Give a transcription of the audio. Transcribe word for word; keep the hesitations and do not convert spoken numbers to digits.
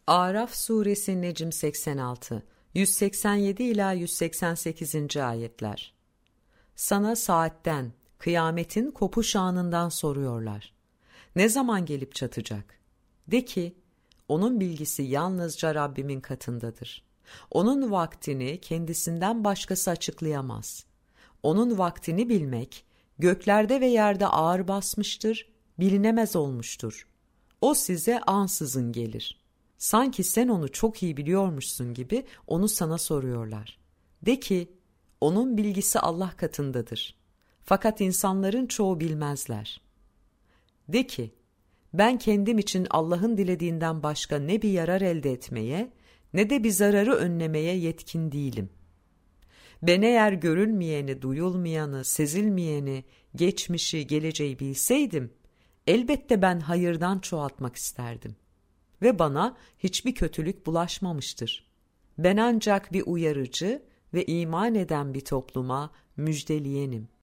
Araf suresi Necm seksen altı yüz seksen yedi ila yüz seksen sekizinci ayetler. Sana saatten, kıyametin kopuş anından soruyorlar. Ne zaman gelip çatacak? De ki, onun bilgisi yalnızca Rabbimin katındadır. Onun vaktini kendisinden başkası açıklayamaz. Onun vaktini bilmek, göklerde ve yerde ağır basmıştır, bilinemez olmuştur. O size ansızın gelir. Sanki sen onu çok iyi biliyormuşsun gibi onu sana soruyorlar. De ki, onun bilgisi Allah katındadır. Fakat insanların çoğu bilmezler. De ki, ben kendim için Allah'ın dilediğinden başka ne bir yarar elde etmeye, ne de bir zararı önlemeye yetkin değilim. Ben eğer görülmeyeni, duyulmayanı, sezilmeyeni, geçmişi, geleceği bilseydim, elbette ben hayırdan çoğaltmak isterdim. Ve bana hiçbir kötülük bulaşmamıştır. Ben ancak bir uyarıcı ve iman eden bir topluma müjdeleyenim.